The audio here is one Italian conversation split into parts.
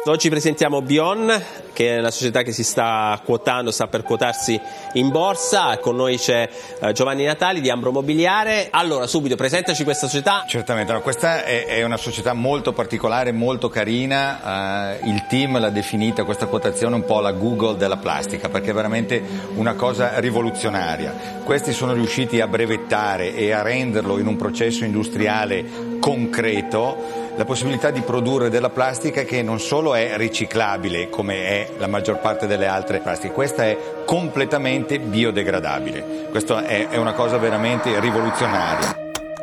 Oggi presentiamo Bion, che è una società che si sta quotando, sta per quotarsi in borsa. Con noi c'è Giovanni Natali di Ambro Mobiliare. Allora, subito, presentaci questa società. Certamente, questa è una società molto particolare, molto carina. Il team l'ha definita questa quotazione un po' la Google della plastica, perché è veramente una cosa rivoluzionaria. Questi sono riusciti a brevettare e a renderlo in un processo industriale concreto la possibilità di produrre della plastica che non solo è riciclabile come è la maggior parte delle altre plastiche, questa è completamente biodegradabile. Questa è una cosa veramente rivoluzionaria.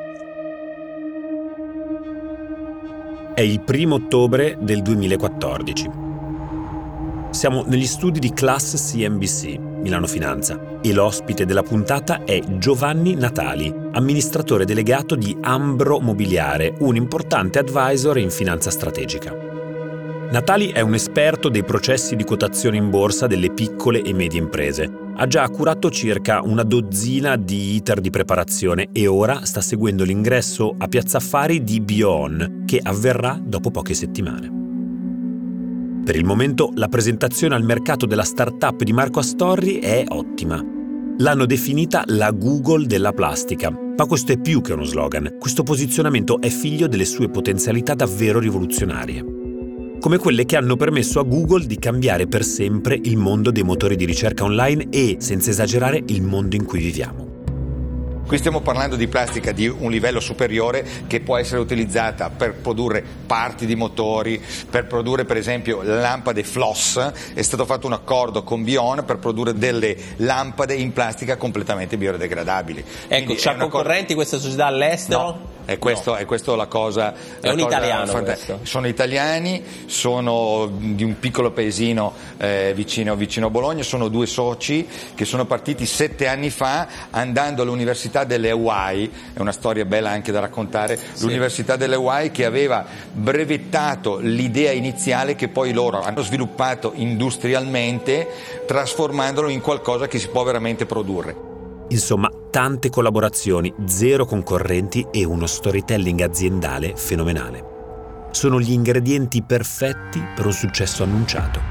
È il 1° ottobre del 2014. Siamo negli studi di Class CNBC, Milano Finanza, e l'ospite della puntata è Giovanni Natali, amministratore delegato di Ambro Mobiliare, un importante advisor in finanza strategica. Natali è un esperto dei processi di quotazione in borsa delle piccole e medie imprese. Ha già curato circa una dozzina di iter di preparazione e ora sta seguendo l'ingresso a Piazza Affari di Bion, che avverrà dopo poche settimane. Per il momento la presentazione al mercato della startup di Marco Astorri è ottima. L'hanno definita la Google della plastica, ma questo è più che uno slogan. Questo posizionamento è figlio delle sue potenzialità davvero rivoluzionarie, come quelle che hanno permesso a Google di cambiare per sempre il mondo dei motori di ricerca online e, senza esagerare, il mondo in cui viviamo. Qui stiamo parlando di plastica di un livello superiore che può essere utilizzata per produrre parti di motori, per produrre per esempio lampade floss. È stato fatto un accordo con Bion per produrre delle lampade in plastica completamente biodegradabili. Ecco, c'ha concorrenti questa società all'estero? No. È questo la cosa. È un italiano questo. Sono italiani, sono di un piccolo paesino vicino a Bologna, sono 2 soci che sono partiti 7 anni fa andando all'Università delle Hawaii, è una storia bella anche da raccontare, sì. L'Università delle Hawaii che aveva brevettato l'idea iniziale che poi loro hanno sviluppato industrialmente, trasformandolo in qualcosa che si può veramente produrre. Insomma, tante collaborazioni, 0 concorrenti e uno storytelling aziendale fenomenale. Sono gli ingredienti perfetti per un successo annunciato.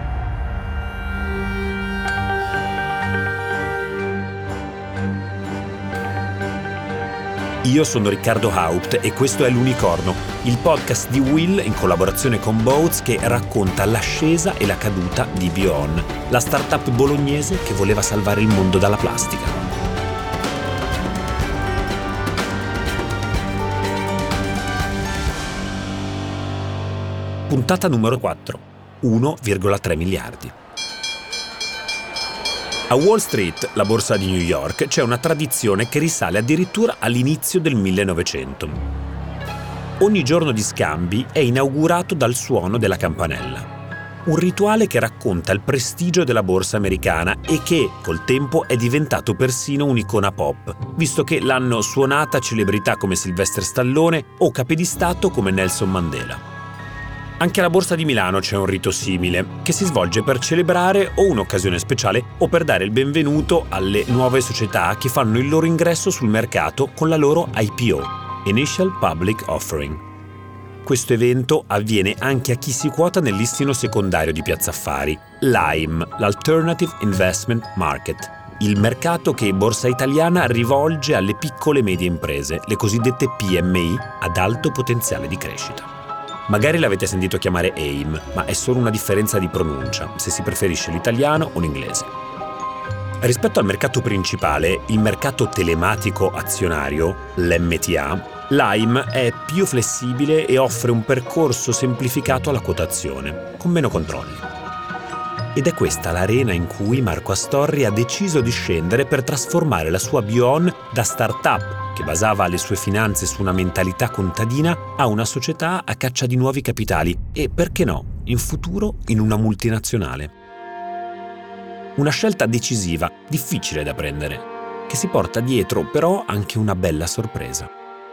Io sono Riccardo Haupt e questo è L'Unicorno, il podcast di Will in collaborazione con Boats che racconta l'ascesa e la caduta di Bion, la startup bolognese che voleva salvare il mondo dalla plastica. Puntata numero 4. 1,3 miliardi. A Wall Street, la borsa di New York, c'è una tradizione che risale addirittura all'inizio del 1900. Ogni giorno di scambi è inaugurato dal suono della campanella. Un rituale che racconta il prestigio della borsa americana e che, col tempo, è diventato persino un'icona pop, visto che l'hanno suonata celebrità come Sylvester Stallone o capi di Stato come Nelson Mandela. Anche alla Borsa di Milano c'è un rito simile, che si svolge per celebrare o un'occasione speciale o per dare il benvenuto alle nuove società che fanno il loro ingresso sul mercato con la loro IPO, Initial Public Offering. Questo evento avviene anche a chi si quota nel listino secondario di Piazza Affari, l'AIM, l'Alternative Investment Market, il mercato che Borsa Italiana rivolge alle piccole e medie imprese, le cosiddette PMI ad alto potenziale di crescita. Magari l'avete sentito chiamare AIM, ma è solo una differenza di pronuncia, se si preferisce l'italiano o l'inglese. Rispetto al mercato principale, il mercato telematico azionario, l'MTA, l'AIM è più flessibile e offre un percorso semplificato alla quotazione, con meno controlli. Ed è questa l'arena in cui Marco Astorri ha deciso di scendere per trasformare la sua Bion da startup, che basava le sue finanze su una mentalità contadina, a una società a caccia di nuovi capitali e, perché no, in futuro in una multinazionale. Una scelta decisiva, difficile da prendere, che si porta dietro però anche una bella sorpresa.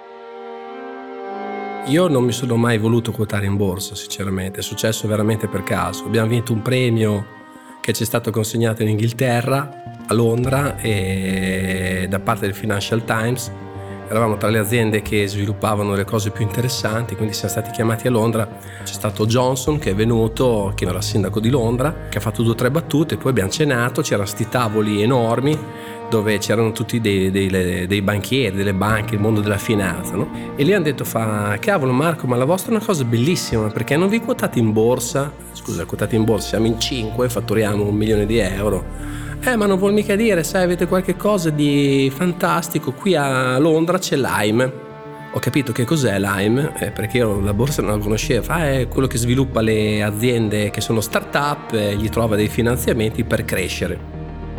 Io non mi sono mai voluto quotare in borsa, sinceramente, è successo veramente per caso. Abbiamo vinto un premio che ci è stato consegnato in Inghilterra, a Londra, e da parte del Financial Times, eravamo tra le aziende che sviluppavano le cose più interessanti, quindi siamo stati chiamati a Londra. C'è stato Johnson che è venuto, che era sindaco di Londra, che ha fatto 2 o 3 battute, poi abbiamo cenato, c'erano sti tavoli enormi dove c'erano tutti dei banchieri, delle banche, il mondo della finanza, no? E lì hanno detto, cavolo Marco, ma la vostra è una cosa bellissima, perché non vi quotate in borsa? Scusa, quotati in borsa, siamo in 5, fatturiamo 1 milione di euro. Ma non vuol mica dire, sai, avete qualche cosa di fantastico, qui a Londra c'è Lime. Ho capito che cos'è Lime, perché io la borsa non la conoscevo. È quello che sviluppa le aziende che sono start-up, gli trova dei finanziamenti per crescere.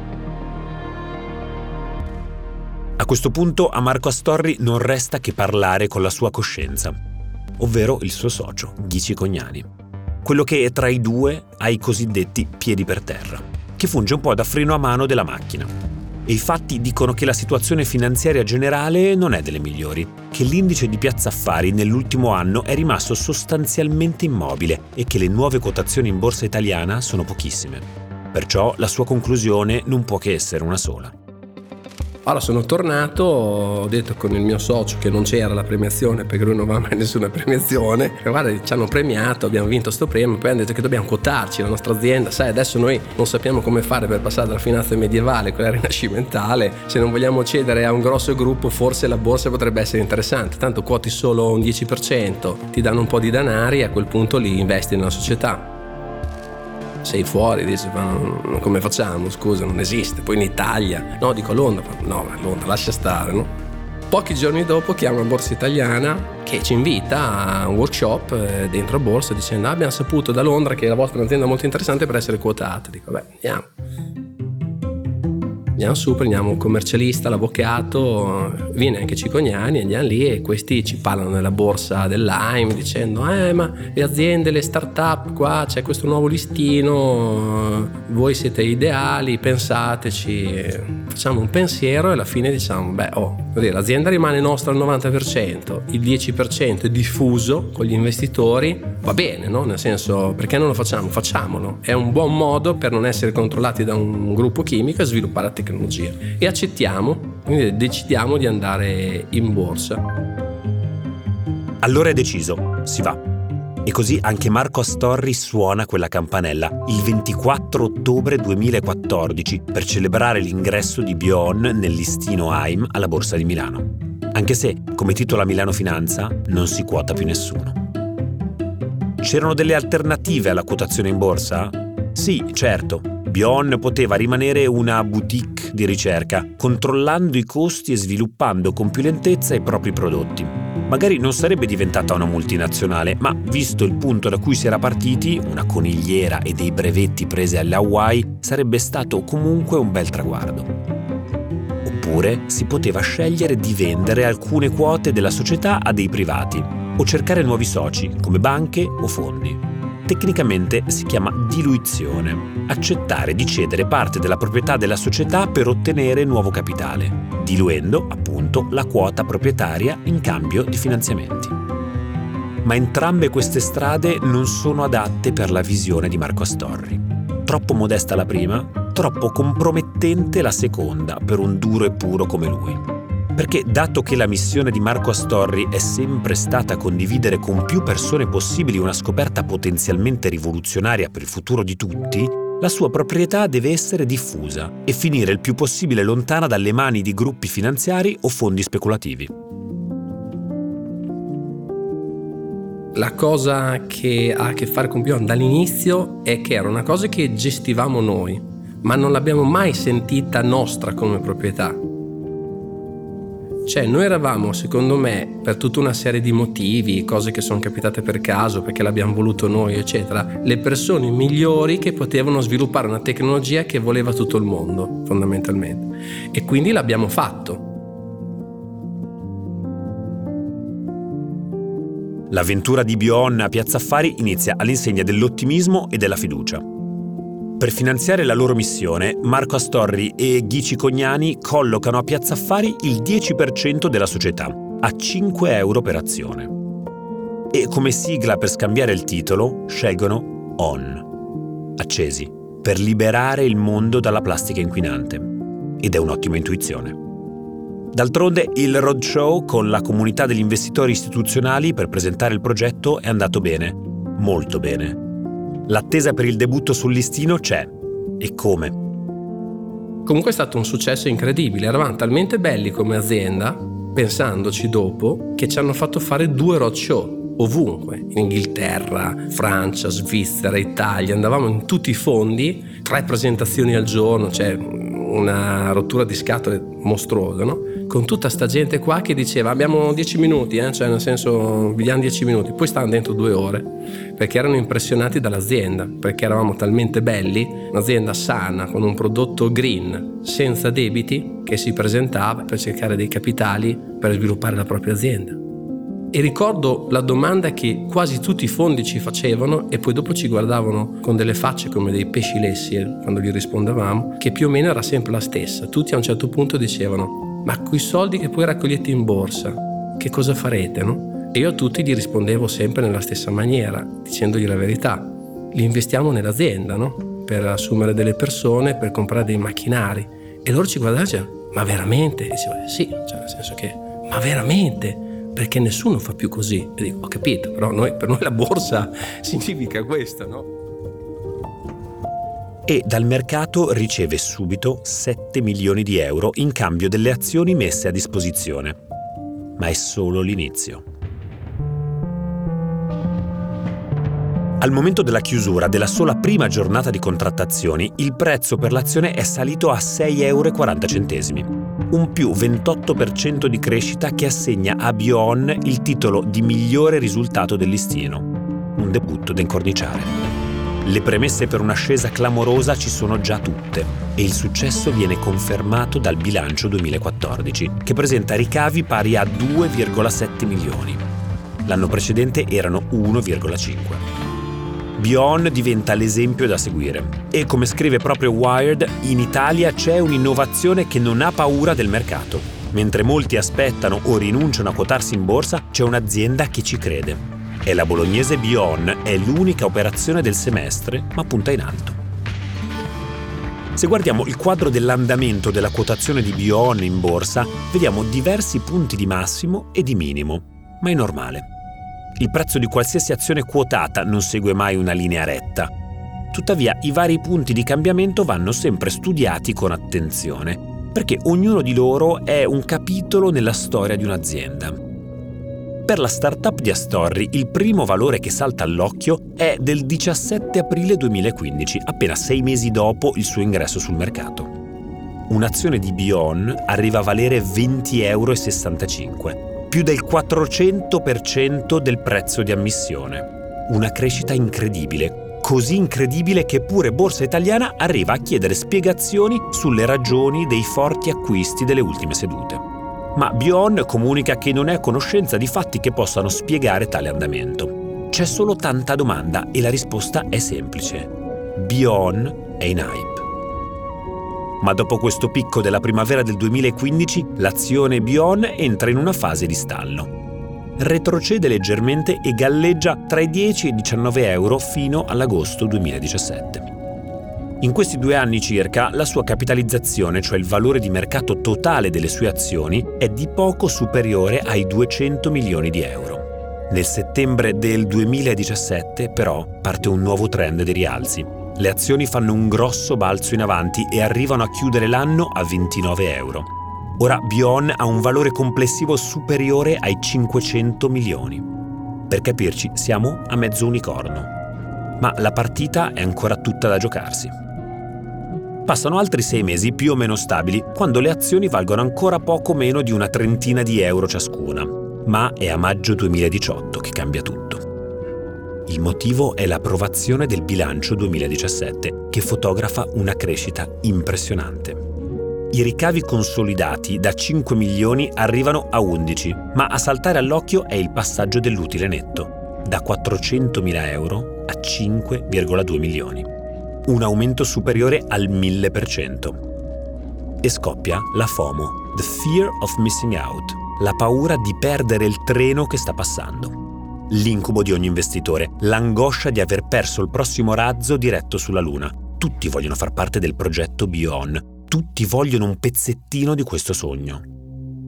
A questo punto a Marco Astorri non resta che parlare con la sua coscienza, ovvero il suo socio, Guy Cicognani, quello che tra i due ha i cosiddetti piedi per terra, che funge un po' da freno a mano della macchina. E i fatti dicono che la situazione finanziaria generale non è delle migliori, che l'indice di Piazza Affari nell'ultimo anno è rimasto sostanzialmente immobile e che le nuove quotazioni in borsa italiana sono pochissime. Perciò la sua conclusione non può che essere una sola. Allora sono tornato, ho detto con il mio socio che non c'era la premiazione, perché lui non va mai a nessuna premiazione, guarda, ci hanno premiato, abbiamo vinto sto premio, poi hanno detto che dobbiamo quotarci la nostra azienda, sai, adesso noi non sappiamo come fare per passare dalla finanza medievale a quella rinascimentale, se non vogliamo cedere a un grosso gruppo forse la borsa potrebbe essere interessante, tanto quoti solo un 10%, ti danno un po' di denari e a quel punto li investi nella società. Sei fuori, dici, ma come facciamo? Scusa, non esiste. Poi in Italia, no, dico a Londra, no, a Londra lascia stare, no? Pochi giorni dopo chiama Borsa Italiana che ci invita a un workshop dentro a borsa dicendo abbiamo saputo da Londra che la vostra è un'azienda molto interessante per essere quotata. Dico, andiamo. Andiamo su, prendiamo un commercialista, l'avvocato, viene anche Cicognani, andiamo lì e questi ci parlano della borsa del Lime dicendo ma le aziende, le start-up, qua c'è questo nuovo listino, voi siete ideali, pensateci, facciamo un pensiero e alla fine diciamo l'azienda rimane nostra al 90%, il 10% è diffuso con gli investitori, va bene, no? Nel senso, perché non lo facciamo? Facciamolo, è un buon modo per non essere controllati da un gruppo chimico e sviluppare la tecnologia e accettiamo, quindi decidiamo di andare in borsa. Allora è deciso, si va. E così anche Marco Astorri suona quella campanella il 24 ottobre 2014 per celebrare l'ingresso di Bion nel listino AIM alla Borsa di Milano. Anche se, come titola Milano Finanza, non si quota più nessuno. C'erano delle alternative alla quotazione in borsa? Sì, certo. Bion poteva rimanere una boutique di ricerca, controllando i costi e sviluppando con più lentezza i propri prodotti. Magari non sarebbe diventata una multinazionale, ma visto il punto da cui si era partiti, una conigliera e dei brevetti presi alle Hawaii, sarebbe stato comunque un bel traguardo. Oppure si poteva scegliere di vendere alcune quote della società a dei privati o cercare nuovi soci, come banche o fondi. Tecnicamente si chiama diluizione, accettare di cedere parte della proprietà della società per ottenere nuovo capitale, diluendo appunto la quota proprietaria in cambio di finanziamenti. Ma entrambe queste strade non sono adatte per la visione di Marco Astorri. Troppo modesta la prima, troppo compromettente la seconda per un duro e puro come lui. Perché dato che la missione di Marco Astorri è sempre stata condividere con più persone possibili una scoperta potenzialmente rivoluzionaria per il futuro di tutti, la sua proprietà deve essere diffusa e finire il più possibile lontana dalle mani di gruppi finanziari o fondi speculativi. La cosa che ha a che fare con Bion dall'inizio è che era una cosa che gestivamo noi, ma non l'abbiamo mai sentita nostra come proprietà. Cioè noi eravamo, secondo me, per tutta una serie di motivi, cose che sono capitate per caso, perché l'abbiamo voluto noi, eccetera, le persone migliori che potevano sviluppare una tecnologia che voleva tutto il mondo, fondamentalmente. E quindi l'abbiamo fatto. L'avventura di Bion a Piazza Affari inizia all'insegna dell'ottimismo e della fiducia. Per finanziare la loro missione, Marco Astorri e Guy Cicognani collocano a Piazza Affari il 10% della società, a 5 euro per azione. E come sigla per scambiare il titolo, scelgono ON, accesi, per liberare il mondo dalla plastica inquinante. Ed è un'ottima intuizione. D'altronde il roadshow con la comunità degli investitori istituzionali per presentare il progetto è andato bene, molto bene. L'attesa per il debutto sul listino c'è. E come? Comunque è stato un successo incredibile, eravamo talmente belli come azienda, pensandoci dopo, che ci hanno fatto fare 2 roadshow ovunque, in Inghilterra, Francia, Svizzera, Italia, andavamo in tutti i fondi, 3 presentazioni al giorno, cioè una rottura di scatole mostruosa, no? Con tutta sta gente qua che diceva abbiamo 10 minuti, cioè nel senso vi diamo 10 minuti, poi stavano dentro 2 ore, perché erano impressionati dall'azienda, perché eravamo talmente belli, un'azienda sana, con un prodotto green, senza debiti, che si presentava per cercare dei capitali per sviluppare la propria azienda. E ricordo la domanda che quasi tutti i fondi ci facevano e poi dopo ci guardavano con delle facce come dei pesci lessi quando gli rispondevamo, che più o meno era sempre la stessa. Tutti a un certo punto dicevano: ma coi soldi che poi raccogliete in borsa, che cosa farete, no? E io a tutti gli rispondevo sempre nella stessa maniera, dicendogli la verità: li investiamo nell'azienda, no? Per assumere delle persone, per comprare dei macchinari. E loro ci guardavano e dicevano: ma veramente? E dicevo: sì, cioè nel senso che, ma veramente? Perché nessuno fa più così. E dico: ho capito, però per noi la borsa significa questo, no? E dal mercato riceve subito 7 milioni di euro in cambio delle azioni messe a disposizione. Ma è solo l'inizio. Al momento della chiusura della sola prima giornata di contrattazioni, il prezzo per l'azione è salito a 6,40 €, un più 28% di crescita che assegna a Bjorn il titolo di migliore risultato del listino. Un debutto da incorniciare. Le premesse per un'ascesa clamorosa ci sono già tutte e il successo viene confermato dal bilancio 2014, che presenta ricavi pari a 2,7 milioni. L'anno precedente erano 1,5. Bjorn diventa l'esempio da seguire e, come scrive proprio Wired, in Italia c'è un'innovazione che non ha paura del mercato. Mentre molti aspettano o rinunciano a quotarsi in borsa, c'è un'azienda che ci crede. E la bolognese Bjorn è l'unica operazione del semestre, ma punta in alto. Se guardiamo il quadro dell'andamento della quotazione di Bjorn in borsa, vediamo diversi punti di massimo e di minimo, ma è normale. Il prezzo di qualsiasi azione quotata non segue mai una linea retta. Tuttavia, i vari punti di cambiamento vanno sempre studiati con attenzione, perché ognuno di loro è un capitolo nella storia di un'azienda. Per la startup di Astorri, il primo valore che salta all'occhio è del 17 aprile 2015, appena 6 mesi dopo il suo ingresso sul mercato. Un'azione di Bjorn arriva a valere 20,65 €. Più del 400% del prezzo di ammissione. Una crescita incredibile, così incredibile che pure Borsa Italiana arriva a chiedere spiegazioni sulle ragioni dei forti acquisti delle ultime sedute. Ma Bjorn comunica che non è a conoscenza di fatti che possano spiegare tale andamento. C'è solo tanta domanda e la risposta è semplice. Bjorn è in hype. Ma dopo questo picco della primavera del 2015, l'azione Bjorn entra in una fase di stallo. Retrocede leggermente e galleggia tra i 10 e i 19 € fino all'agosto 2017. In questi 2 anni circa, la sua capitalizzazione, cioè il valore di mercato totale delle sue azioni, è di poco superiore ai 200 milioni di euro. Nel settembre del 2017, però, parte un nuovo trend di rialzi. Le azioni fanno un grosso balzo in avanti e arrivano a chiudere l'anno a 29 €. Ora Bjorn ha un valore complessivo superiore ai 500 milioni. Per capirci, siamo a mezzo unicorno. Ma la partita è ancora tutta da giocarsi. Passano altri 6 mesi più o meno stabili, quando le azioni valgono ancora poco meno di una trentina di euro ciascuna. Ma è a maggio 2018 che cambia tutto. Il motivo è l'approvazione del bilancio 2017, che fotografa una crescita impressionante. I ricavi consolidati da 5 milioni arrivano a 11, ma a saltare all'occhio è il passaggio dell'utile netto, da 400.000 € a 5,2 milioni. Un aumento superiore al 1000%. E scoppia la FOMO, the fear of missing out, la paura di perdere il treno che sta passando. L'incubo di ogni investitore, l'angoscia di aver perso il prossimo razzo diretto sulla Luna. Tutti vogliono far parte del progetto Bjorn, tutti vogliono un pezzettino di questo sogno.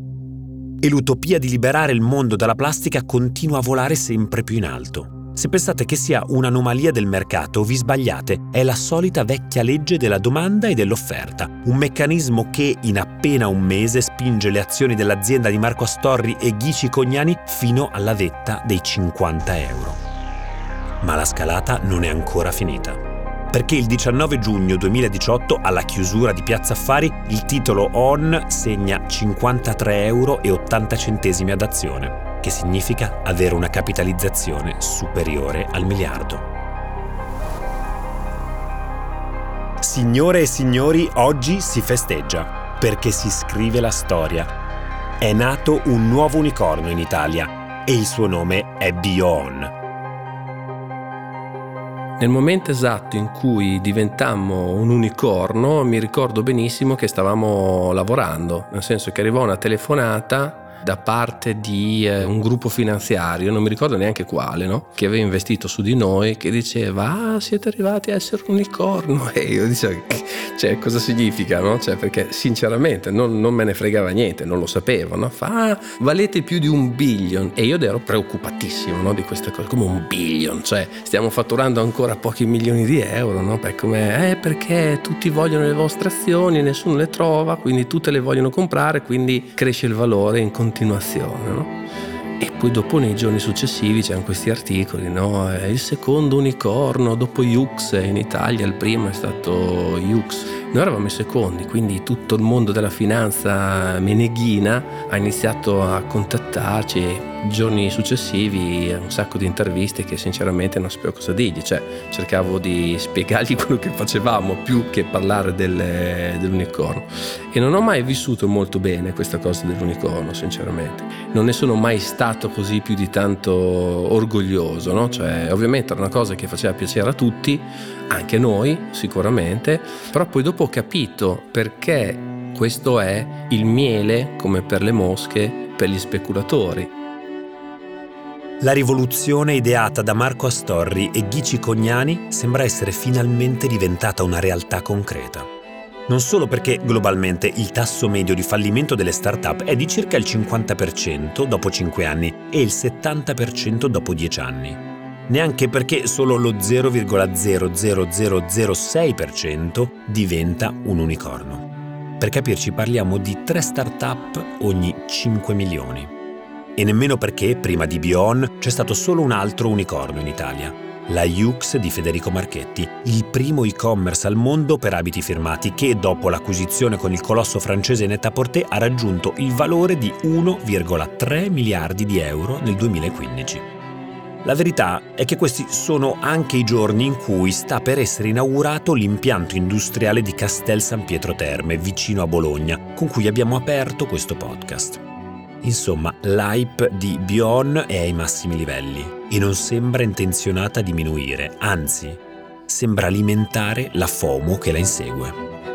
e l'utopia di liberare il mondo dalla plastica continua a volare sempre più in alto. Se pensate che sia un'anomalia del mercato, vi sbagliate. È la solita vecchia legge della domanda e dell'offerta, un meccanismo che in appena un mese spinge le azioni dell'azienda di Marco Astorri e Guy Cicognani fino alla vetta dei 50 euro. Ma la scalata non è ancora finita, perché il 19 giugno 2018, alla chiusura di Piazza Affari, il titolo ON segna 53,80 euro ad azione, che significa avere una capitalizzazione superiore al miliardo. Signore e signori, oggi si festeggia, perché si scrive la storia. È nato un nuovo unicorno in Italia e il suo nome è Beyond. Nel momento esatto in cui diventammo un unicorno, mi ricordo benissimo che stavamo lavorando, nel senso che arrivò una telefonata da parte di un gruppo finanziario, non mi ricordo neanche quale, no? Che aveva investito su di noi, che diceva: siete arrivati a essere un unicorno. E io dicevo, cioè, cosa significa, no? Cioè, perché sinceramente non me ne fregava niente, non lo sapevo, no? Valete più di 1 billion. E io ero preoccupatissimo, no? Di queste cose, come 1 billion, cioè stiamo fatturando ancora pochi milioni di euro, no? Perché tutti vogliono le vostre azioni, nessuno le trova, quindi tutte le vogliono comprare, quindi cresce il valore in continuazione, no? E poi dopo, nei giorni successivi, c'erano questi articoli, no? È il secondo unicorno dopo Yux in Italia, il primo è stato Yux. Noi eravamo i secondi, quindi tutto il mondo della finanza meneghina ha iniziato a contattarci. Giorni successivi un sacco di interviste che sinceramente non sapevo cosa dirgli, cioè cercavo di spiegargli quello che facevamo più che parlare dell'unicorno, e non ho mai vissuto molto bene questa cosa dell'unicorno, sinceramente non ne sono mai stato così più di tanto orgoglioso, no? Cioè, ovviamente era una cosa che faceva piacere a tutti, anche noi sicuramente, però poi dopo ho capito perché questo è il miele, come per le mosche, per gli speculatori. La rivoluzione ideata da Marco Astorri e Guy Cicognani sembra essere finalmente diventata una realtà concreta. Non solo perché globalmente il tasso medio di fallimento delle start-up è di circa il 50% dopo 5 anni e il 70% dopo 10 anni. Neanche perché solo lo 0,00006% diventa un unicorno. Per capirci, parliamo di 3 start-up ogni 5 milioni. E nemmeno perché, prima di Beyond, c'è stato solo un altro unicorno in Italia, la Yux di Federico Marchetti, il primo e-commerce al mondo per abiti firmati che, dopo l'acquisizione con il colosso francese Net-a-Porter, ha raggiunto il valore di 1,3 miliardi di euro nel 2015. La verità è che questi sono anche i giorni in cui sta per essere inaugurato l'impianto industriale di Castel San Pietro Terme, vicino a Bologna, con cui abbiamo aperto questo podcast. Insomma, l'hype di Beyond è ai massimi livelli e non sembra intenzionata a diminuire, anzi, sembra alimentare la FOMO che la insegue.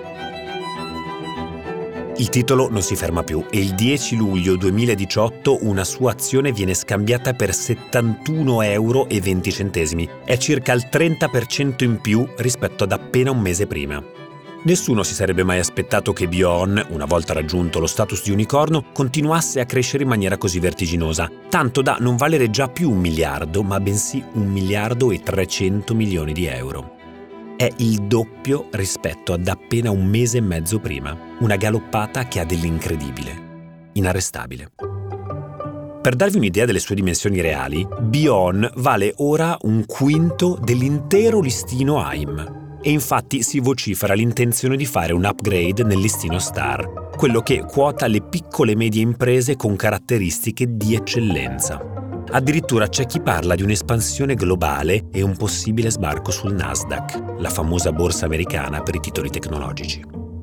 Il titolo non si ferma più e il 10 luglio 2018 una sua azione viene scambiata per 71,20 euro. È circa il 30% in più rispetto ad appena un mese prima. Nessuno si sarebbe mai aspettato che Beyond, una volta raggiunto lo status di unicorno, continuasse a crescere in maniera così vertiginosa, tanto da non valere già più 1 miliardo, ma bensì 1,3 miliardi di euro. È il doppio rispetto ad appena un mese e mezzo prima, una galoppata che ha dell'incredibile, inarrestabile. Per darvi un'idea delle sue dimensioni reali, Beyond vale ora 1/5 dell'intero listino AIM. E infatti si vocifera l'intenzione di fare un upgrade nel listino Star, quello che quota le piccole e medie imprese con caratteristiche di eccellenza. Addirittura c'è chi parla di un'espansione globale e un possibile sbarco sul Nasdaq, la famosa borsa americana per i titoli tecnologici.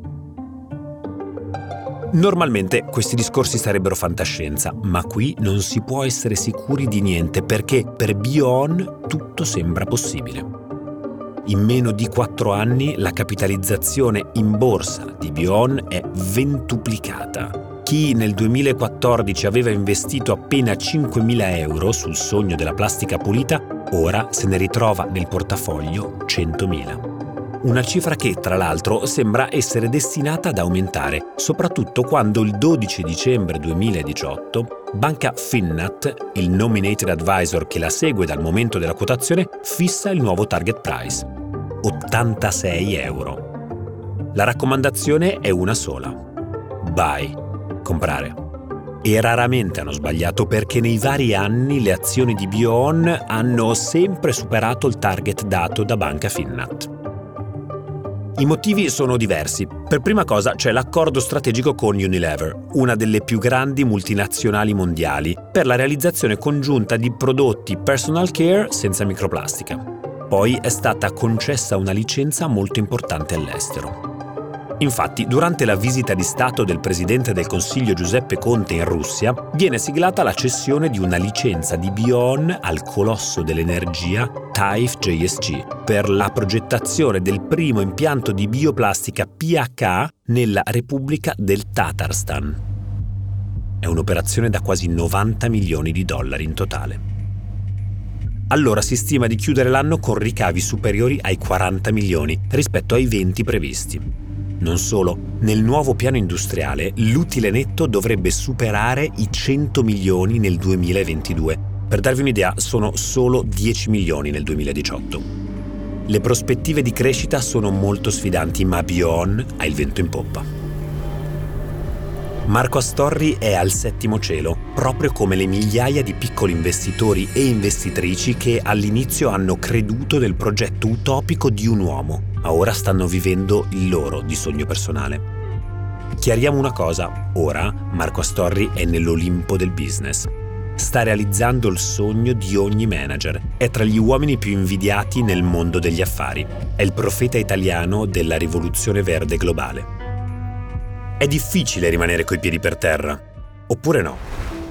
Normalmente questi discorsi sarebbero fantascienza, ma qui non si può essere sicuri di niente perché per Beyond tutto sembra possibile. In meno di 4 anni la capitalizzazione in borsa di Beyond è ventuplicata. Chi nel 2014 aveva investito appena 5.000 euro sul sogno della plastica pulita, ora se ne ritrova nel portafoglio 100.000. Una cifra che, tra l'altro, sembra essere destinata ad aumentare, soprattutto quando il 12 dicembre 2018 Banca Finnat, il nominated advisor che la segue dal momento della quotazione, fissa il nuovo target price: 86 euro. La raccomandazione è una sola: buy, comprare. E raramente hanno sbagliato, perché nei vari anni le azioni di Bion hanno sempre superato il target dato da Banca Finnat. I motivi sono diversi. Per prima cosa c'è l'accordo strategico con Unilever, una delle più grandi multinazionali mondiali, per la realizzazione congiunta di prodotti personal care senza microplastica. Poi è stata concessa una licenza molto importante all'estero. Infatti, durante la visita di Stato del Presidente del Consiglio Giuseppe Conte in Russia, viene siglata la cessione di una licenza di Bion al colosso dell'energia Taif JSC per la progettazione del primo impianto di bioplastica PH nella Repubblica del Tatarstan. È un'operazione da quasi 90 milioni di dollari in totale. Allora si stima di chiudere l'anno con ricavi superiori ai 40 milioni rispetto ai 20 previsti. Non solo, nel nuovo piano industriale l'utile netto dovrebbe superare i 100 milioni nel 2022. Per darvi un'idea, sono solo 10 milioni nel 2018. Le prospettive di crescita sono molto sfidanti, ma Bion ha il vento in poppa. Marco Astorri è al settimo cielo, proprio come le migliaia di piccoli investitori e investitrici che all'inizio hanno creduto nel progetto utopico di un uomo, ma ora stanno vivendo il loro di sogno personale. Chiariamo una cosa: ora Marco Astorri è nell'Olimpo del business. Sta realizzando il sogno di ogni manager. È tra gli uomini più invidiati nel mondo degli affari. È il profeta italiano della rivoluzione verde globale. È difficile rimanere coi piedi per terra, oppure no?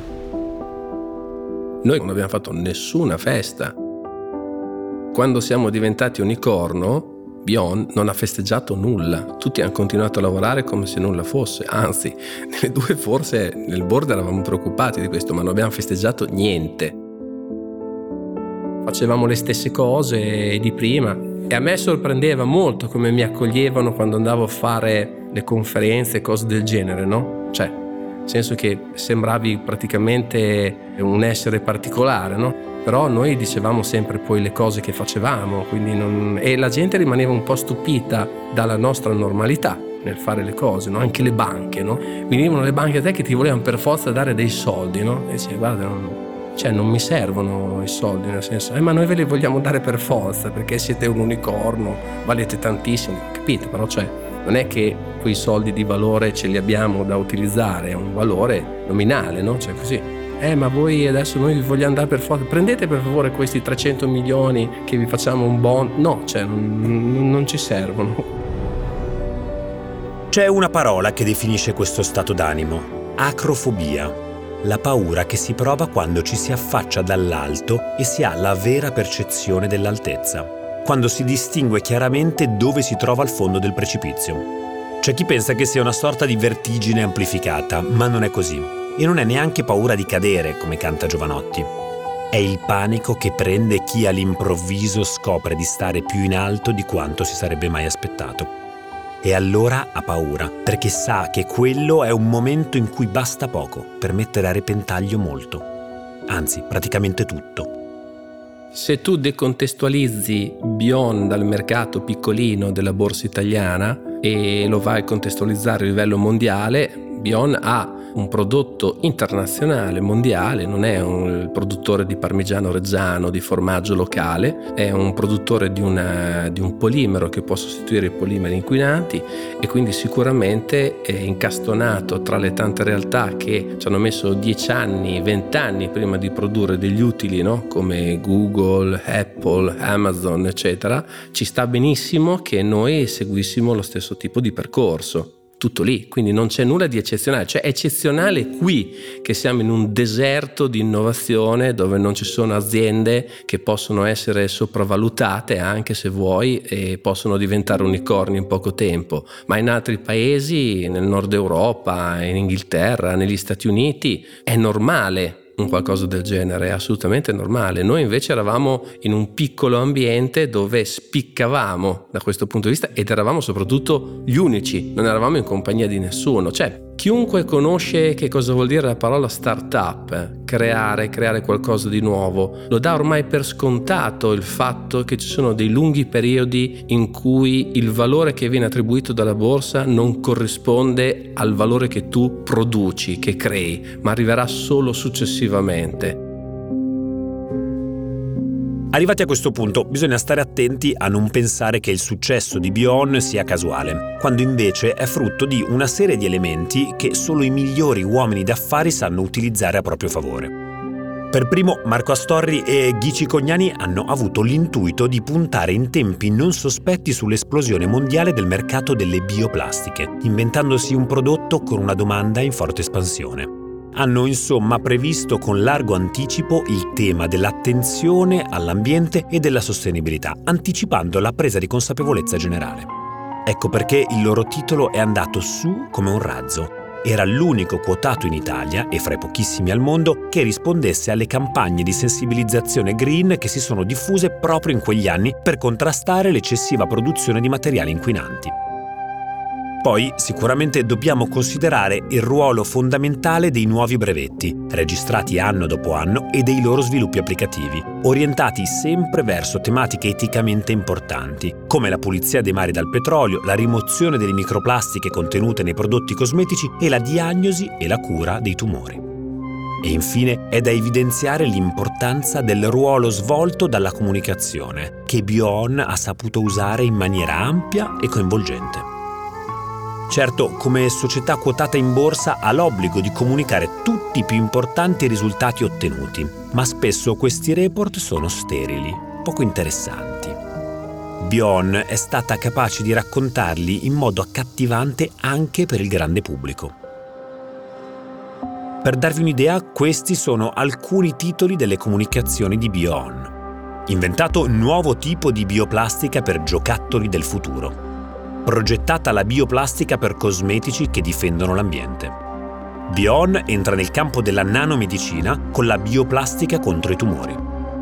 Noi non abbiamo fatto nessuna festa. Quando siamo diventati unicorno, Bion non ha festeggiato nulla. Tutti hanno continuato a lavorare come se nulla fosse. Anzi, nelle due forse nel board eravamo preoccupati di questo, ma non abbiamo festeggiato niente. Facevamo le stesse cose di prima. E a me sorprendeva molto come mi accoglievano quando andavo a fare le conferenze e cose del genere, no? Cioè, nel senso che sembravi praticamente un essere particolare, no? Però noi dicevamo sempre poi le cose che facevamo, quindi e la gente rimaneva un po' stupita dalla nostra normalità nel fare le cose, no? Anche le banche, no? Venivano le banche a te che ti volevano per forza dare dei soldi, no? E dicevi, guarda, non mi servono i soldi, nel senso, ma noi ve li vogliamo dare per forza perché siete un unicorno, valete tantissimo, capito? Però non è che quei soldi di valore ce li abbiamo da utilizzare, è un valore nominale, no? Così. Ma voi adesso noi vi vogliamo dare per forza, prendete per favore questi 300 milioni che vi facciamo un bond. No, non ci servono. C'è una parola che definisce questo stato d'animo: acrofobia. La paura che si prova quando ci si affaccia dall'alto e si ha la vera percezione dell'altezza, quando si distingue chiaramente dove si trova al fondo del precipizio. C'è chi pensa che sia una sorta di vertigine amplificata, ma non è così. E non è neanche paura di cadere, come canta Jovanotti. È il panico che prende chi all'improvviso scopre di stare più in alto di quanto si sarebbe mai aspettato. E allora ha paura, perché sa che quello è un momento in cui basta poco per mettere a repentaglio molto. Anzi, praticamente tutto. Se tu decontestualizzi Bion dal mercato piccolino della borsa italiana e lo vai a contestualizzare a livello mondiale, Bion ha un prodotto internazionale, mondiale, non è un produttore di parmigiano reggiano, di formaggio locale, è un produttore di un polimero che può sostituire i polimeri inquinanti e quindi sicuramente è incastonato tra le tante realtà che ci hanno messo 10 anni, 20 anni prima di produrre degli utili, no? Come Google, Apple, Amazon, eccetera. Ci sta benissimo che noi seguissimo lo stesso tipo di percorso. Tutto lì, quindi non c'è nulla di eccezionale, cioè è eccezionale qui che siamo in un deserto di innovazione dove non ci sono aziende che possono essere sopravvalutate anche se vuoi e possono diventare unicorni in poco tempo, ma in altri paesi, nel nord Europa, in Inghilterra, negli Stati Uniti, è normale un qualcosa del genere, è assolutamente normale. Noi invece eravamo in un piccolo ambiente dove spiccavamo da questo punto di vista ed eravamo soprattutto gli unici, non eravamo in compagnia di nessuno. Cioè, chiunque conosce che cosa vuol dire la parola startup, creare qualcosa di nuovo, lo dà ormai per scontato il fatto che ci sono dei lunghi periodi in cui il valore che viene attribuito dalla borsa non corrisponde al valore che tu produci, che crei, ma arriverà solo successivamente. Arrivati a questo punto, bisogna stare attenti a non pensare che il successo di Bion sia casuale, quando invece è frutto di una serie di elementi che solo i migliori uomini d'affari sanno utilizzare a proprio favore. Per primo, Marco Astorri e Guy Cicognani hanno avuto l'intuito di puntare in tempi non sospetti sull'esplosione mondiale del mercato delle bioplastiche, inventandosi un prodotto con una domanda in forte espansione. Hanno insomma previsto con largo anticipo il tema dell'attenzione all'ambiente e della sostenibilità, anticipando la presa di consapevolezza generale. Ecco perché il loro titolo è andato su come un razzo. Era l'unico quotato in Italia, e fra i pochissimi al mondo, che rispondesse alle campagne di sensibilizzazione green che si sono diffuse proprio in quegli anni per contrastare l'eccessiva produzione di materiali inquinanti. Poi sicuramente dobbiamo considerare il ruolo fondamentale dei nuovi brevetti, registrati anno dopo anno, e dei loro sviluppi applicativi, orientati sempre verso tematiche eticamente importanti, come la pulizia dei mari dal petrolio, la rimozione delle microplastiche contenute nei prodotti cosmetici e la diagnosi e la cura dei tumori. E infine è da evidenziare l'importanza del ruolo svolto dalla comunicazione, che Bion ha saputo usare in maniera ampia e coinvolgente. Certo, come società quotata in borsa ha l'obbligo di comunicare tutti i più importanti risultati ottenuti, ma spesso questi report sono sterili, poco interessanti. Bion è stata capace di raccontarli in modo accattivante anche per il grande pubblico. Per darvi un'idea, questi sono alcuni titoli delle comunicazioni di Bion. Inventato nuovo tipo di bioplastica per giocattoli del futuro. Progettata la bioplastica per cosmetici che difendono l'ambiente. Bion entra nel campo della nanomedicina con la bioplastica contro i tumori.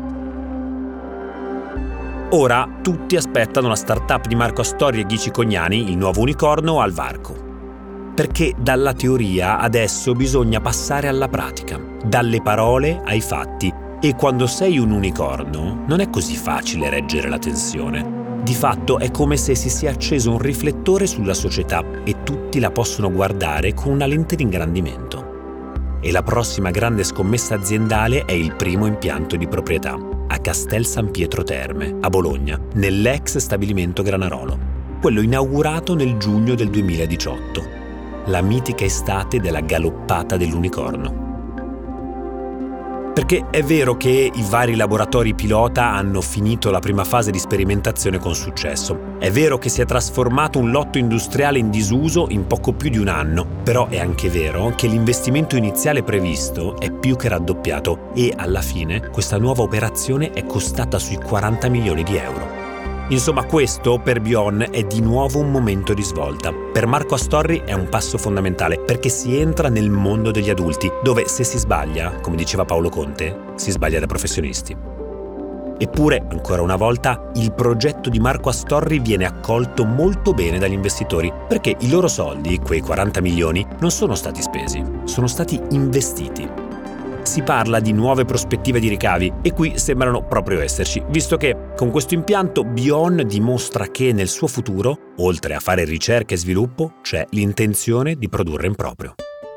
Ora tutti aspettano la startup di Marco Astorri e Guy Cicognani, il nuovo unicorno, al varco. Perché dalla teoria adesso bisogna passare alla pratica, dalle parole ai fatti, e quando sei un unicorno non è così facile reggere la tensione. Di fatto è come se si sia acceso un riflettore sulla società e tutti la possono guardare con una lente di ingrandimento. E la prossima grande scommessa aziendale è il primo impianto di proprietà, a Castel San Pietro Terme, a Bologna, nell'ex stabilimento Granarolo, quello inaugurato nel giugno del 2018, la mitica estate della galoppata dell'unicorno. Perché è vero che i vari laboratori pilota hanno finito la prima fase di sperimentazione con successo. È vero che si è trasformato un lotto industriale in disuso in poco più di un anno, però è anche vero che l'investimento iniziale previsto è più che raddoppiato e alla fine questa nuova operazione è costata sui 40 milioni di euro. Insomma, questo per Bion è di nuovo un momento di svolta. Per Marco Astorri è un passo fondamentale perché si entra nel mondo degli adulti, dove se si sbaglia, come diceva Paolo Conte, si sbaglia da professionisti. Eppure, ancora una volta, il progetto di Marco Astorri viene accolto molto bene dagli investitori, perché i loro soldi, quei 40 milioni, non sono stati spesi, sono stati investiti. Si parla di nuove prospettive di ricavi e qui sembrano proprio esserci, visto che con questo impianto Bion dimostra che nel suo futuro, oltre a fare ricerca e sviluppo, c'è l'intenzione di produrre in proprio.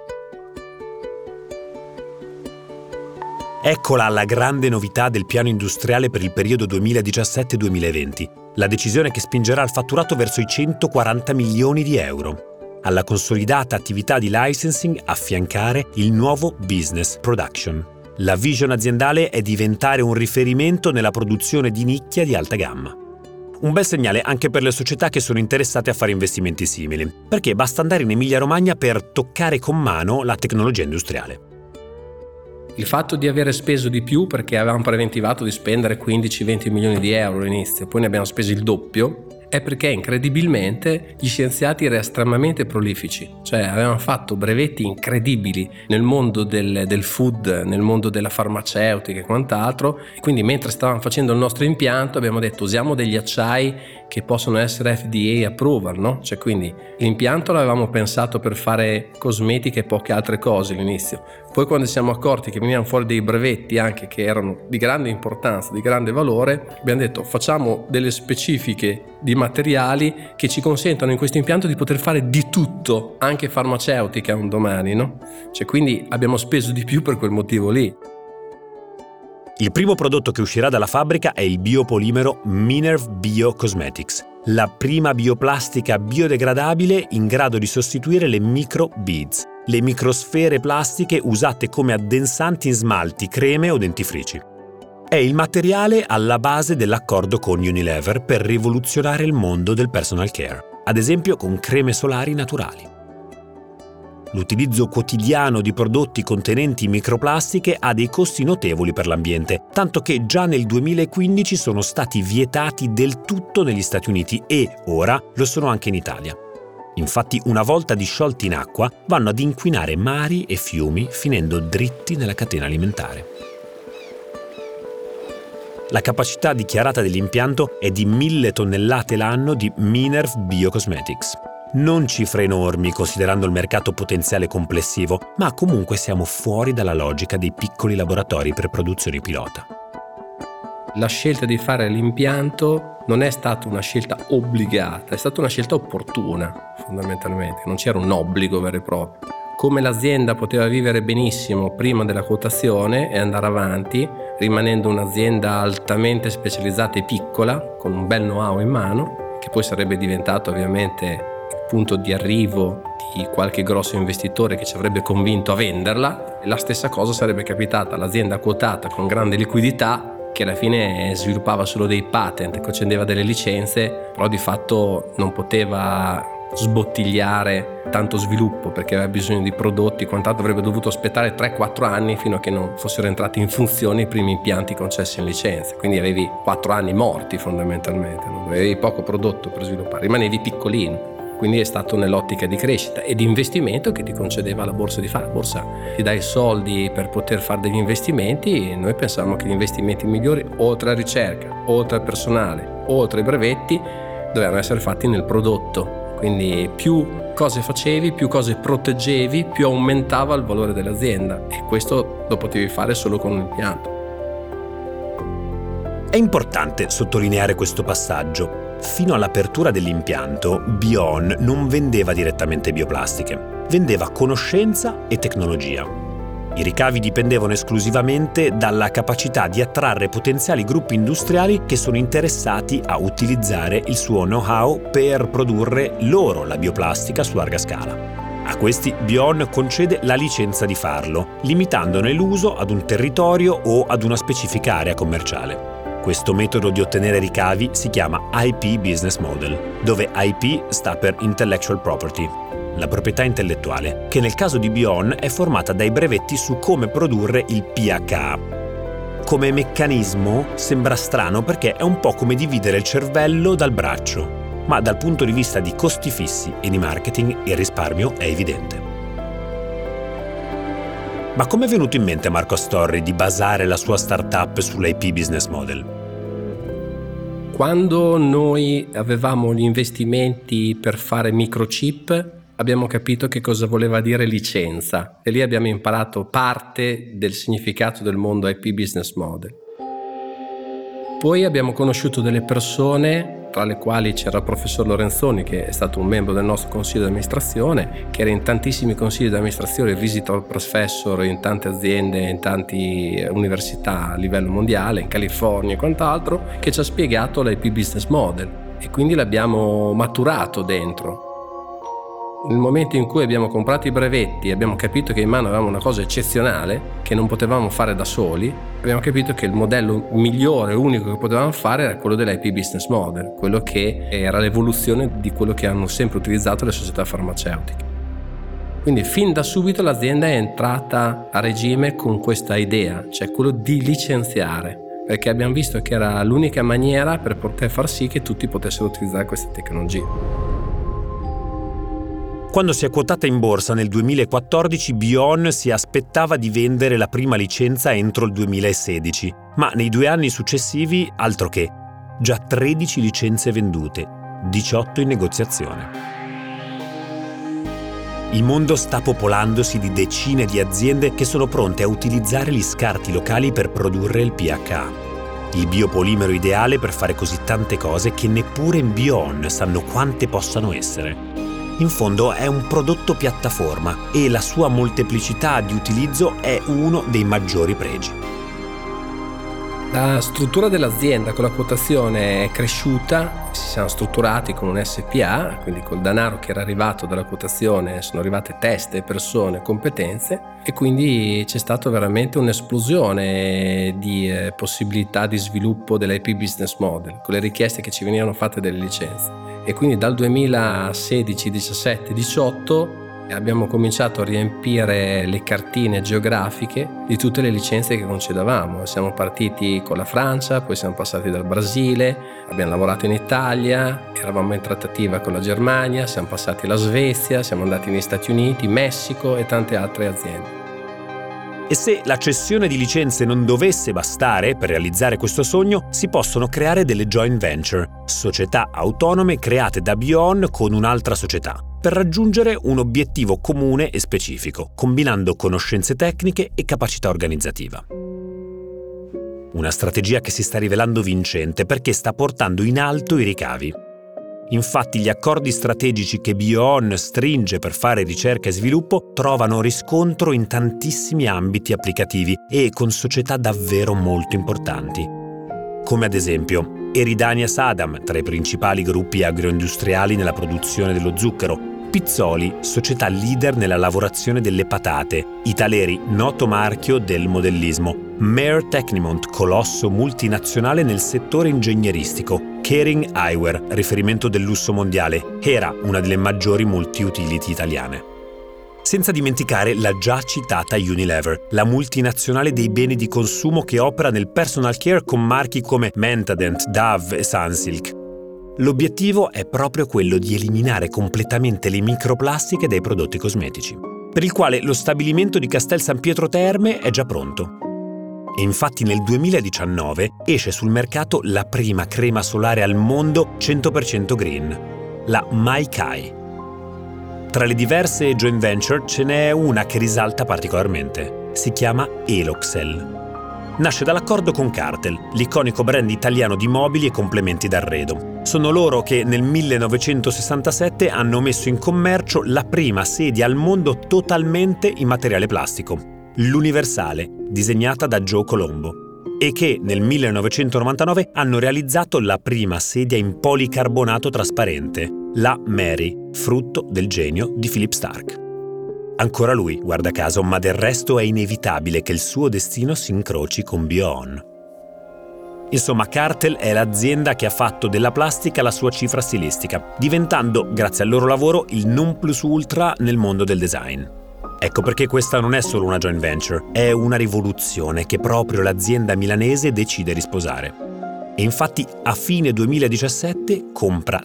Eccola la grande novità del piano industriale per il periodo 2017-2020, la decisione che spingerà il fatturato verso i 140 milioni di euro. Alla consolidata attività di licensing affiancare il nuovo business production. La vision aziendale è diventare un riferimento nella produzione di nicchia di alta gamma. Un bel segnale anche per le società che sono interessate a fare investimenti simili, perché basta andare in Emilia-Romagna per toccare con mano la tecnologia industriale. Il fatto di avere speso di più, perché avevamo preventivato di spendere 15-20 milioni di euro all'inizio, poi ne abbiamo spesi il doppio, è perché incredibilmente gli scienziati erano estremamente prolifici, cioè avevano fatto brevetti incredibili nel mondo del food, nel mondo della farmaceutica e quant'altro, e quindi mentre stavamo facendo il nostro impianto abbiamo detto usiamo degli acciai che possono essere FDA approval, no? Cioè quindi l'impianto l'avevamo pensato per fare cosmetica e poche altre cose all'inizio, poi quando siamo accorti che venivano fuori dei brevetti anche che erano di grande importanza, di grande valore, abbiamo detto facciamo delle specifiche di materiali che ci consentono in questo impianto di poter fare di tutto, anche farmaceutica un domani, no? Cioè quindi abbiamo speso di più per quel motivo lì. Il primo prodotto che uscirà dalla fabbrica è il biopolimero Minerv Bio Cosmetics, la prima bioplastica biodegradabile in grado di sostituire le microbeads, le microsfere plastiche usate come addensanti in smalti, creme o dentifrici. È il materiale alla base dell'accordo con Unilever per rivoluzionare il mondo del personal care, ad esempio con creme solari naturali. L'utilizzo quotidiano di prodotti contenenti microplastiche ha dei costi notevoli per l'ambiente, tanto che già nel 2015 sono stati vietati del tutto negli Stati Uniti e ora lo sono anche in Italia. Infatti, una volta disciolti in acqua, vanno ad inquinare mari e fiumi, finendo dritti nella catena alimentare. La capacità dichiarata dell'impianto è di 1.000 tonnellate l'anno di Minerv Bio Cosmetics. Non cifre enormi considerando il mercato potenziale complessivo, ma comunque siamo fuori dalla logica dei piccoli laboratori per produzioni pilota. La scelta di fare l'impianto non è stata una scelta obbligata, è stata una scelta opportuna, fondamentalmente. Non c'era un obbligo vero e proprio. Come l'azienda poteva vivere benissimo prima della quotazione e andare avanti, rimanendo un'azienda altamente specializzata e piccola, con un bel know-how in mano, che poi sarebbe diventato ovviamente il punto di arrivo di qualche grosso investitore che ci avrebbe convinto a venderla, e la stessa cosa sarebbe capitata all'azienda quotata con grande liquidità, che alla fine sviluppava solo dei patent, concedeva delle licenze, però di fatto non poteva sbottigliare tanto sviluppo perché aveva bisogno di prodotti, quant'altro avrebbe dovuto aspettare 3-4 anni fino a che non fossero entrati in funzione i primi impianti concessi in licenza, quindi avevi 4 anni morti fondamentalmente, non avevi poco prodotto per sviluppare, rimanevi piccolino. Quindi è stato nell'ottica di crescita e di investimento che ti concedeva la borsa di fare. La borsa ti dà i soldi per poter fare degli investimenti e noi pensavamo che gli investimenti migliori, oltre alla ricerca, oltre al personale, oltre ai brevetti, dovevano essere fatti nel prodotto. Quindi più cose facevi, più cose proteggevi, più aumentava il valore dell'azienda, e questo lo potevi fare solo con un impianto. È importante sottolineare questo passaggio. Fino all'apertura dell'impianto, Bion non vendeva direttamente bioplastiche, vendeva conoscenza e tecnologia. I ricavi dipendevano esclusivamente dalla capacità di attrarre potenziali gruppi industriali che sono interessati a utilizzare il suo know-how per produrre loro la bioplastica su larga scala. A questi Bion concede la licenza di farlo, limitandone l'uso ad un territorio o ad una specifica area commerciale. Questo metodo di ottenere ricavi si chiama IP Business Model, dove IP sta per Intellectual Property, la proprietà intellettuale, che nel caso di Bion è formata dai brevetti su come produrre il PHA. Come meccanismo sembra strano perché è un po' come dividere il cervello dal braccio, ma dal punto di vista di costi fissi e di marketing il risparmio è evidente. Ma come è venuto in mente a Marco Astorri di basare la sua startup sull'IP Business Model? Quando noi avevamo gli investimenti per fare microchip, abbiamo capito che cosa voleva dire licenza e lì abbiamo imparato parte del significato del mondo IP Business Model. Poi abbiamo conosciuto delle persone, tra le quali c'era il professor Lorenzoni, che è stato un membro del nostro consiglio di amministrazione, che era in tantissimi consigli di amministrazione, visitor professor in tante aziende, in tante università a livello mondiale, in California e quant'altro, che ci ha spiegato l'IP Business Model e quindi l'abbiamo maturato dentro. Nel momento in cui abbiamo comprato i brevetti e abbiamo capito che in mano avevamo una cosa eccezionale che non potevamo fare da soli, abbiamo capito che il modello migliore, unico che potevamo fare era quello dell'IP Business Model, quello che era l'evoluzione di quello che hanno sempre utilizzato le società farmaceutiche. Quindi fin da subito l'azienda è entrata a regime con questa idea, cioè quello di licenziare. perché abbiamo visto che era l'unica maniera per poter far sì che tutti potessero utilizzare queste tecnologie. Quando si è quotata in borsa nel 2014, Bion si aspettava di vendere la prima licenza entro il 2016, ma nei 2 anni successivi altro che. Già 13 licenze vendute, 18 in negoziazione. Il mondo sta popolandosi di decine di aziende che sono pronte a utilizzare gli scarti locali per produrre il PHA, il biopolimero ideale per fare così tante cose che neppure in Bion sanno quante possano essere. In fondo è un prodotto piattaforma e la sua molteplicità di utilizzo è uno dei maggiori pregi. La struttura dell'azienda con la quotazione è cresciuta, si siamo strutturati con un SPA, quindi col denaro che era arrivato dalla quotazione sono arrivate teste, persone, competenze, e quindi c'è stata veramente un'esplosione di possibilità di sviluppo dell'IP business model, con le richieste che ci venivano fatte delle licenze. E quindi dal 2016, 17, 18 abbiamo cominciato a riempire le cartine geografiche di tutte le licenze che concedevamo. Siamo partiti con la Francia, poi siamo passati dal Brasile, abbiamo lavorato in Italia, eravamo in trattativa con la Germania, siamo passati alla Svezia, siamo andati negli Stati Uniti, Messico e tante altre aziende. E se la cessione di licenze non dovesse bastare per realizzare questo sogno, si possono creare delle joint venture, società autonome create da Bion con un'altra società, per raggiungere un obiettivo comune e specifico, combinando conoscenze tecniche e capacità organizzativa. Una strategia che si sta rivelando vincente perché sta portando in alto i ricavi. Infatti gli accordi strategici che Bion stringe per fare ricerca e sviluppo trovano riscontro in tantissimi ambiti applicativi e con società davvero molto importanti. Come ad esempio Eridania Sadam, tra i principali gruppi agroindustriali nella produzione dello zucchero, Pizzoli, società leader nella lavorazione delle patate, Italeri, noto marchio del modellismo, Mayer Technimont, colosso multinazionale nel settore ingegneristico, Kering Eyewear, riferimento del lusso mondiale, Hera, una delle maggiori multi-utility italiane. Senza dimenticare la già citata Unilever, la multinazionale dei beni di consumo che opera nel personal care con marchi come Mentadent, Dove e Sunsilk. L'obiettivo è proprio quello di eliminare completamente le microplastiche dai prodotti cosmetici, per il quale lo stabilimento di Castel San Pietro Terme è già pronto. E infatti nel 2019 esce sul mercato la prima crema solare al mondo 100% green, la Maikai. Tra le diverse joint venture ce n'è una che risalta particolarmente. Si chiama Eloxel. Nasce dall'accordo con Cartel, l'iconico brand italiano di mobili e complementi d'arredo. Sono loro che nel 1967 hanno messo in commercio la prima sedia al mondo totalmente in materiale plastico, l'Universale, disegnata da Joe Colombo, e che nel 1999 hanno realizzato la prima sedia in policarbonato trasparente, la Mary, frutto del genio di Philip Stark. Ancora lui, guarda caso, ma del resto è inevitabile che il suo destino si incroci con Bion. Insomma, Cartel è l'azienda che ha fatto della plastica la sua cifra stilistica, diventando, grazie al loro lavoro, il non plus ultra nel mondo del design. Ecco perché questa non è solo una joint venture, è una rivoluzione che proprio l'azienda milanese decide di sposare. E infatti a fine 2017 compra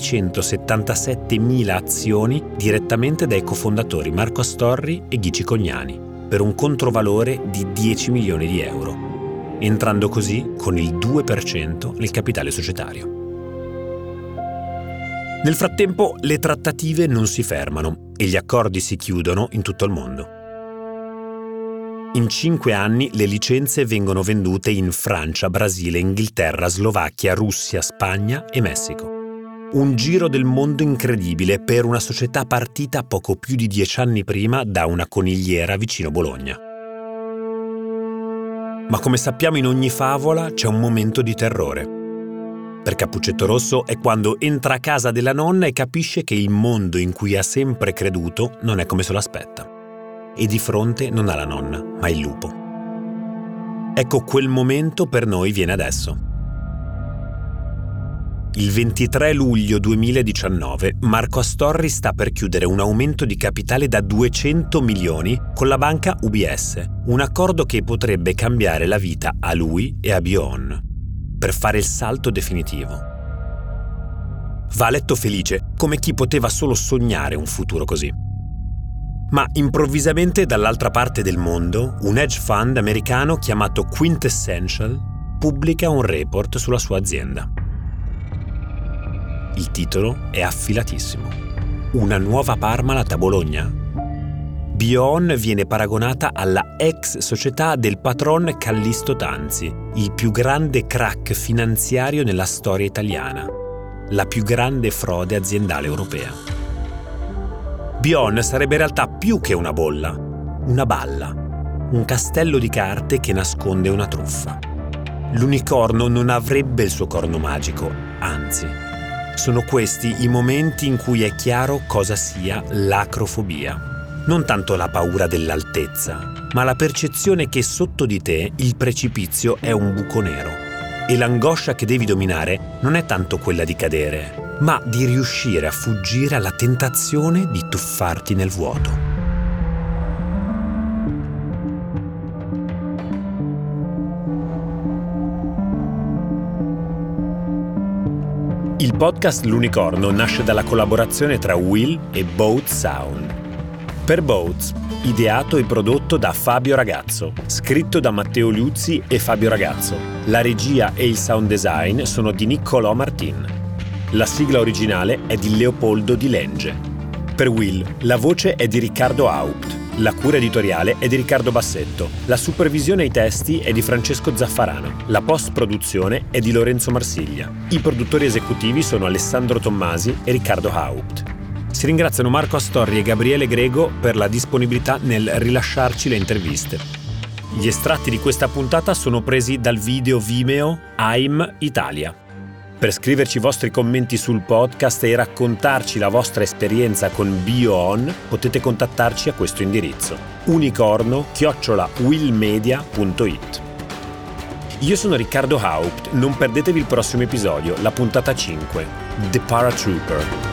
377.000 azioni direttamente dai cofondatori Marco Astorri e Ghici Cognani, per un controvalore di 10 milioni di euro, entrando così con il 2% nel capitale societario. Nel frattempo le trattative non si fermano e gli accordi si chiudono in tutto il mondo. In 5 anni le licenze vengono vendute in Francia, Brasile, Inghilterra, Slovacchia, Russia, Spagna e Messico. Un giro del mondo incredibile per una società partita poco più di 10 anni prima da una conigliera vicino Bologna. Ma come sappiamo in ogni favola c'è un momento di terrore. Per Cappuccetto Rosso è quando entra a casa della nonna e capisce che il mondo in cui ha sempre creduto non è come se lo aspetta. E di fronte non ha la nonna, ma il lupo. Ecco, quel momento per noi viene adesso. Il 23 luglio 2019 Marco Astorri sta per chiudere un aumento di capitale da 200 milioni con la banca UBS, un accordo che potrebbe cambiare la vita a lui e a Bjorn, per fare il salto definitivo. Va a letto felice, come chi poteva solo sognare un futuro così. Ma improvvisamente dall'altra parte del mondo, un hedge fund americano chiamato Quintessential pubblica un report sulla sua azienda. Il titolo è affilatissimo. Una nuova Parmalat a Bologna? Bjorn viene paragonata alla ex società del patron Callisto Tanzi, il più grande crack finanziario nella storia italiana, la più grande frode aziendale europea. Bjorn sarebbe in realtà più che una bolla, una balla, un castello di carte che nasconde una truffa. L'unicorno non avrebbe il suo corno magico, anzi. Sono questi i momenti in cui è chiaro cosa sia l'acrofobia. Non tanto la paura dell'altezza, ma la percezione che sotto di te il precipizio è un buco nero. E l'angoscia che devi dominare non è tanto quella di cadere, ma di riuscire a fuggire alla tentazione di tuffarti nel vuoto. Il podcast L'Unicorno nasce dalla collaborazione tra Will e Boat Sound. Per Boats, ideato e prodotto da Fabio Ragazzo, scritto da Matteo Liuzzi e Fabio Ragazzo. La regia e il sound design sono di Niccolò Martin. La sigla originale è di Leopoldo Di Lenge. Per Will, la voce è di Riccardo Haupt. La cura editoriale è di Riccardo Bassetto, la supervisione ai testi è di Francesco Zaffarano, la post-produzione è di Lorenzo Marsiglia. I produttori esecutivi sono Alessandro Tommasi e Riccardo Haupt. Si ringraziano Marco Astorri e Gabriele Grego per la disponibilità nel rilasciarci le interviste. Gli estratti di questa puntata sono presi dal video Vimeo AIM Italia. Per scriverci i vostri commenti sul podcast e raccontarci la vostra esperienza con Bjorn, potete contattarci a questo indirizzo: unicorno@willmedia.it. Io sono Riccardo Haupt, non perdetevi il prossimo episodio, la puntata 5, The Paratrooper.